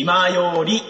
今より。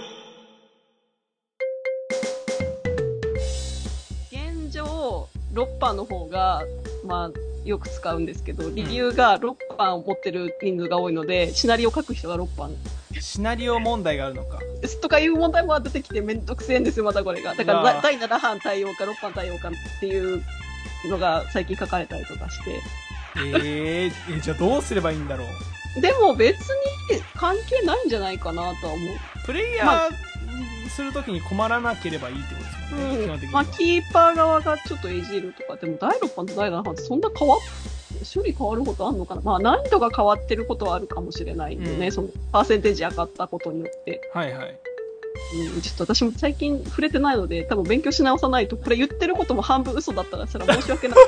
現状6版の方がまあよく使うんですけど、リビューが6版を持ってる人数が多いので、シナリオを書く人が6版シナリオ問題があるのかとかいう問題も出てきてめんどくせえんですよ、またこれが。だから第7版対応か6版対応かっていうのが最近書かれたりとかして。 じゃあどうすればいいんだろう。 でも別に関係ないんじゃないかなとは思う。 プレイヤーするときに困らなければいいってことですもんね、基本的には。 キーパー側がちょっといじるとか、でも第6版と第7版ってそんな処理変わることあるのかな。まあ難易度が変わってることはあるかもしれないよね、そのパーセンテージ上がったことによって。 はいはい。 ちょっと私も最近触れてないので、多分勉強し直さないと、これ言ってることも半分嘘だったらそれは申し訳ない。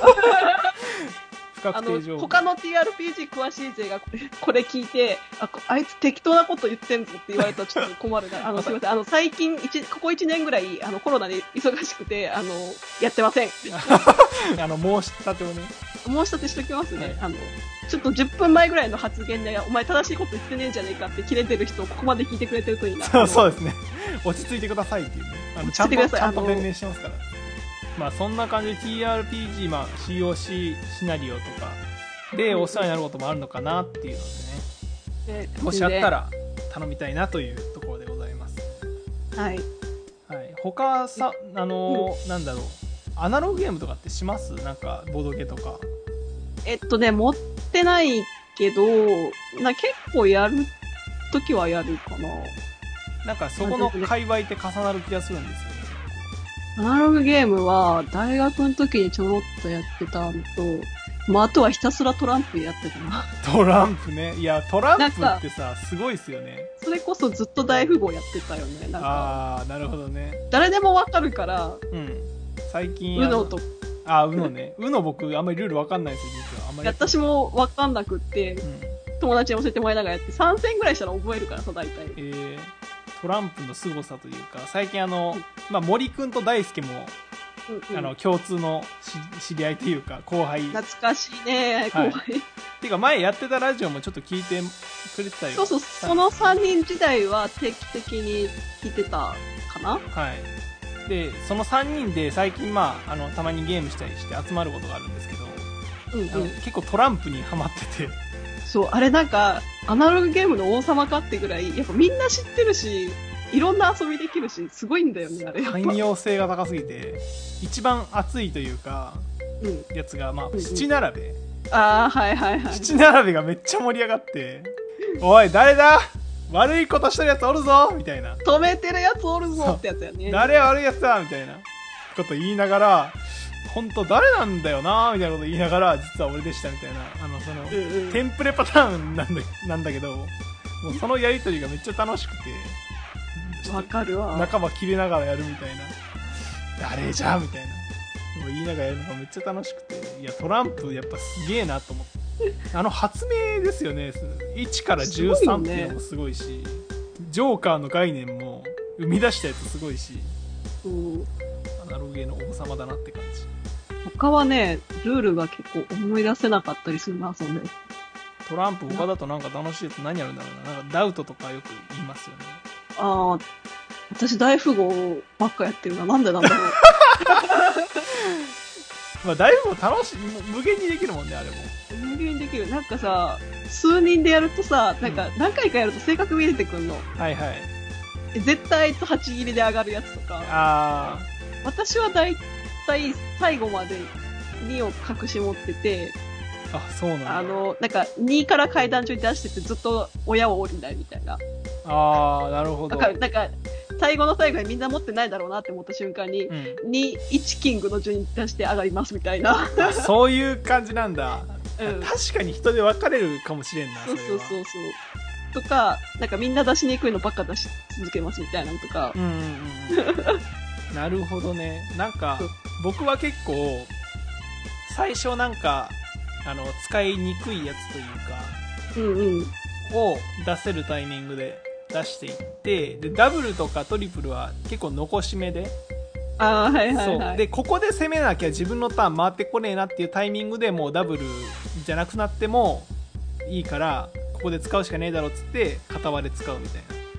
他の TRPG 詳しい勢がこれ聞いて、あいつ適当なこと言ってんぞって言われたらちょっと困るな。すいません。最近、ここ1年ぐらい、コロナで忙しくて、やってません。 申し立てをね。 申し立てしときますね。ちょっと10分前ぐらいの発言で、お前正しいこと言ってねえんじゃねえかって切れてる人をここまで聞いてくれてるといいな。 そうですね。落ち着いてくださいっていうね。ちゃんと弁明してますから。まあそんな感じで TRPG、まあ COC シナリオとかでお世話になることもあるのかなっていうのでね。もしあったら頼みたいなというところでございます。 はい。 はい。他さ、なんだろう。アナログゲームとかってします？なんかボードゲーとか。 持ってないけど、結構やるときはやるかな。 なんかそこの界隈って重なる気がするんですよね。 アナログゲームは大学の時にちょろっとやってたのと、あとはひたすらトランプやってたな。 トランプね。いや、トランプってさ、すごいっすよね。 それこそずっと大富豪やってたよね。 ああ、なるほどね。 誰でもわかるから。 最近。 UNO と。 UNO ね。UNO 僕あんまりルールわかんないですよ、実は。あんまり。 私もわかんなくって、友達に教えてもらいながらやって、3戦ぐらいしたら覚えるからさ、大体。 トランプの凄さというか、最近森くんと大輔も、共通の知り合いというか、後輩。 懐かしいね、後輩。 ていうか、前やってたラジオもちょっと聞いてくれてたよ。 そう、その3人時代は定期的に聞いてたかな。 はい。で、その3人で最近たまにゲームしたりして集まることがあるんですけど、結構トランプにハマってて。 そう、あれなんか、アナログゲームの王様かってぐらい、やっぱみんな知ってるし、いろんな遊びできるし、すごいんだよね、あれ。 汎用性が高すぎて、一番熱いというか、やつが、七並べ。 ああ、はいはいはい。 七並べがめっちゃ盛り上がって、おい、誰だ悪いことしてるやつおるぞみたいな。 止めてるやつおるぞってやつやね。 誰悪いやつだみたいなこと言いながら、本当誰なんだよなみたいなこと言いながら、実は俺でしたみたいな、テンプレパターンなんだけど、もうそのやりとりがめっちゃ楽しくて、 わかるわ。 仲間切れながらやるみたいな。誰じゃみたいな。もう言いながらやるのがめっちゃ楽しくて、いや、トランプやっぱすげえなと思って。発明ですよね。1から13っていうのもすごいし、ジョーカーの概念も生み出したやつすごいし、アナログゲーの王様だなって感じ。 他はね、ルールが結構思い出せなかったりするな、そんで。 トランプ他だとなんか楽しいやつ何やるんだろうな。なんかダウトとかよく言いますよね。 ああ、私大富豪ばっかやってるな。なんでなんだろう。 大富豪楽しい、無限にできるもんね、あれも。 無限にできる。なんかさ、数人でやるとさ、なんか何回かやると性格見えてくんの。 はいはい。 絶対と8切りで上がるやつとか。私はだいたい最後まで2を隠し持ってて、 そうなんだ。 なんか2から階段上に出しててずっと親を降りないみたいな。 なるほど。 なんか最後の最後にみんな持ってないだろうなって思った瞬間に、2、1キングの順に出して上がりますみたいな。 そういう感じなんだ。確かに人で分かれるかもしれんな。 そう。とか、なんかみんな出しにくいのばっか出し続けますみたいなのとか。 なるほどね。なんか、僕は結構、最初なんか、使いにくいやつというか、を出せるタイミングで出していって、で、ダブルとかトリプルは結構残し目で、で、ここで攻めなきゃ自分のターン回ってこねえなっていうタイミングでもうダブルじゃなくなってもいいから、ここで使うしかねえだろっつって、片割れ使うみたい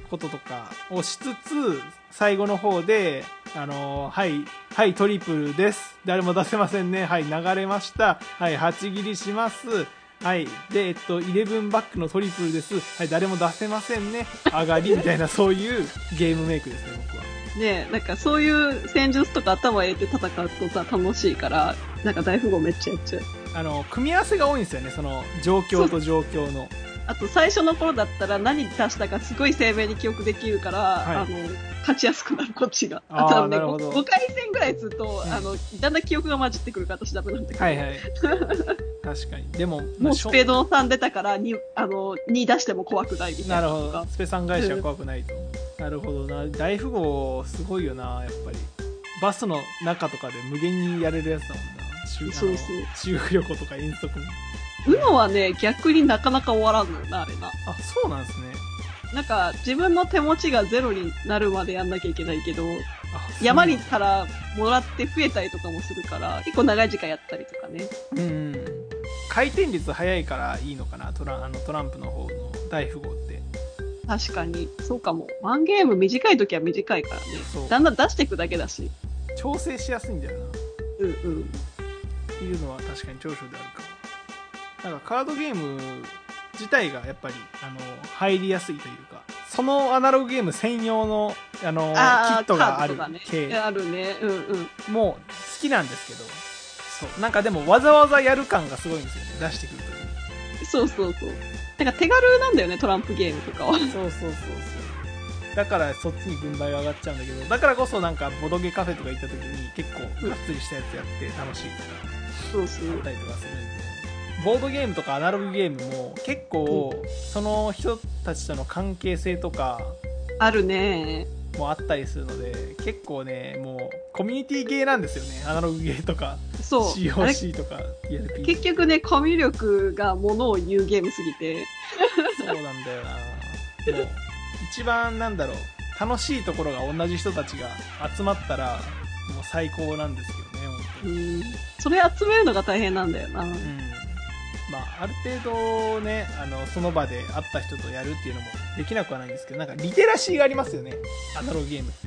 こととかをしつつ、最後の方で、はい、トリプルです。誰も出せませんね。はい、流れました。はい、8切りします。はい。で、11バックのトリプルです。はい、誰も出せませんね。上がりみたいな、そういうゲームメイクですね、僕は。 ねえ、なんかそういう戦術とか頭入れて戦うとさ、楽しいから、なんか大富豪めっちゃやっちゃう。 組み合わせが多いんですよね、その、状況と状況の。 あと最初の頃だったら何出したかすごい鮮明に記憶できるから、はい、勝ちやすくなる、こっちが。あとね、5回戦ぐらいすると、だんだん記憶が混じってくるから私ダメなんだけど。はいはい。 確かに。でも、 もうスペードの3出たから、2出しても怖くないみたいな。 なるほど。スペ3返しは怖くないと。なるほどな。大富豪、すごいよな、やっぱり。バスの中とかで無限にやれるやつだもんな。 そうそう。 修学旅行とか遠足も。 UNO はね、逆になかなか終わらんのよな、あれな。 あ、そうなんですね。 なんか、自分の手持ちがゼロになるまでやんなきゃいけないけど、山にからもらって増えたりとかもするから、結構長い時間やったりとかね。 回転率早いからいいのかな、トランプの方の大富豪って。 確かに、そうかも。ワンゲーム短い時は短いからね。だんだん出していくだけだし。 調整しやすいんだよな。 うん。 っていうのは確かに長所であるかも。なんかカードゲーム自体がやっぱり入りやすいというか、そのアナログゲーム専用のキットがある系、 あるね。 もう好きなんですけど、そうなんかでもわざわざやる感がすごいんですよね、出してくると。 そう。なんか手軽なんだよね、トランプゲームとかは。 そう。だからそっちに軍配が上がっちゃうんだけど、だからこそなんかボドゲカフェとか行った時に結構がっつりしたやつやって楽しいとかあったりとかするんで。ボードゲームとかアナログゲームも結構その人たちとの関係性とかあるねもあったりするので、結構ねもうコミュニティゲーなんですよね、アナログゲーとか。そう COC とか TRPG。 結局ね、コミュ力がものを言うゲームすぎてそうなんだよな。もう一番なんだろう、楽しいところが同じ人たちが集まったらもう最高なんですけどね、本当に。 それ集めるのが大変なんだよな。 まあ、ある程度ね、その場で会った人とやるっていうのもできなくはないんですけど、なんかリテラシーがありますよね、アナログゲームって。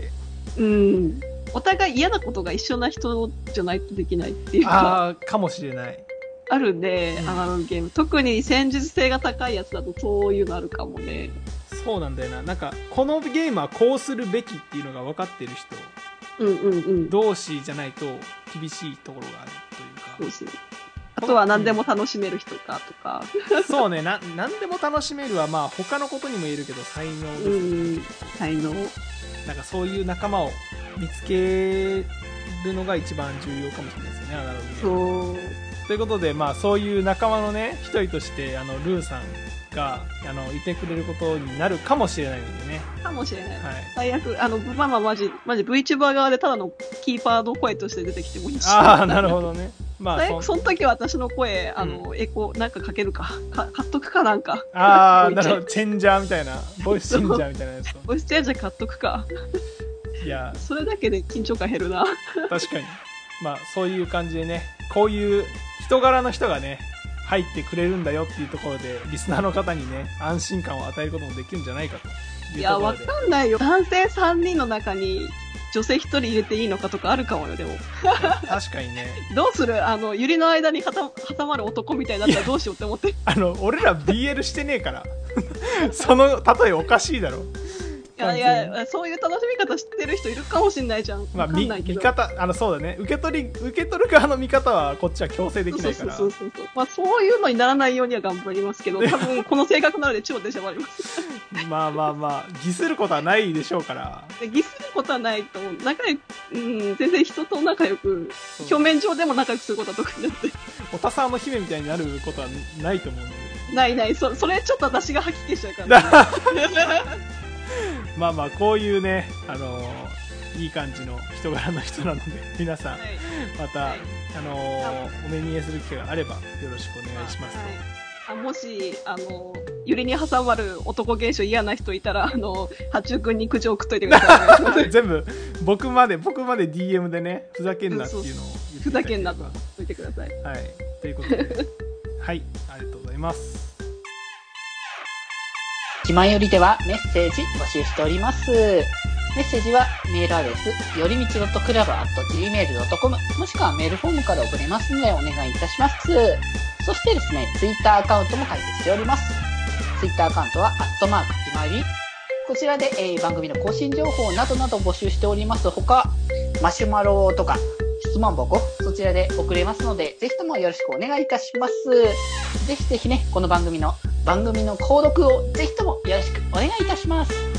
お互い嫌なことが一緒な人じゃないとできないっていうか。 かもしれない。 あるね、アナログゲーム。特に戦術性が高いやつだとそういうのあるかもね。そうなんだよな。 なんか、このゲームはこうするべきっていうのが分かってる人、同士じゃないと厳しいところがあるというか。 そうあとは何でも楽しめる人かとか。 そうね、何でも楽しめるはまあ他のことにも言えるけど才能ですね。 才能。 なんかそういう仲間を見つけるのが一番重要かもしれないですよね、アナログゲーム。ということで、まあそういう仲間のね、一人としてルーさんがいてくれることになるかもしれないのでね。 かもしれない。はい、最悪マジ VTuber 側でただのキーパーの声として出てきてもいいし。 なるほどね。 まあ、その時は私の声、エコなんかかけるか買っとくかなんか。 なるほど。チェンジャーみたいな、ボイスチェンジャーみたいなやつ。 ボイスチェンジャー買っとくか。いや、それだけで緊張感減るな。 確かに。まあ、そういう感じでね、こういう人柄の人がね、入ってくれるんだよっていうところで、リスナーの方にね、安心感を与えることもできるんじゃないかというところで。 いや、わかんないよ。男性3人の中に、女性1人入れていいのかとかあるかもよ、でも。 確かにね。 どうするユリの間に挟まる男みたいになったらどうしようって思って。 俺ら BL してねえから。その例えおかしいだろ。 いや、そういう楽しみ方知ってる人いるかもしれないじゃん。 まあ、見方、そうだね。受け取る側の見方はこっちは強制できないから。 まあ、そういうのにならないようには頑張りますけど、多分この性格なので超出しゃばります。 まあ、偽することはないでしょうから。 偽することはないと思う。全然人と仲良く、表面上でも仲良くすることは得意なんで。 おたさんの姫みたいになることはないと思うので。 ない。それちょっと私が吐き気しちゃうから、ね。 まあ、こういうね、いい感じの人柄の人なので、皆さん、また、お目見えする機会があれば、よろしくお願いしますと。 もし、ゆりに挟まる男芸者嫌な人いたら、八中くんに苦情送っといてください。 全部、僕まで DM でね、ふざけんなっていうのを言ってふざけんなと言ってください。 はい。ということで、はい、ありがとうございます。 気まよりではメッセージ募集しております。メッセージはメールアドレス、よりみち .club@gmail.com もしくはメールフォームから送れますのでお願いいたします。そしてですね、ツイッターアカウントも開設しております。ツイッターアカウントは、気まより。こちらで、番組の更新情報などなど募集しておりますほか、マシュマロとか質問箱、そちらで送れますので、ぜひともよろしくお願いいたします。ぜひぜひね、この番組の購読をぜひともよろしくお願いいたします。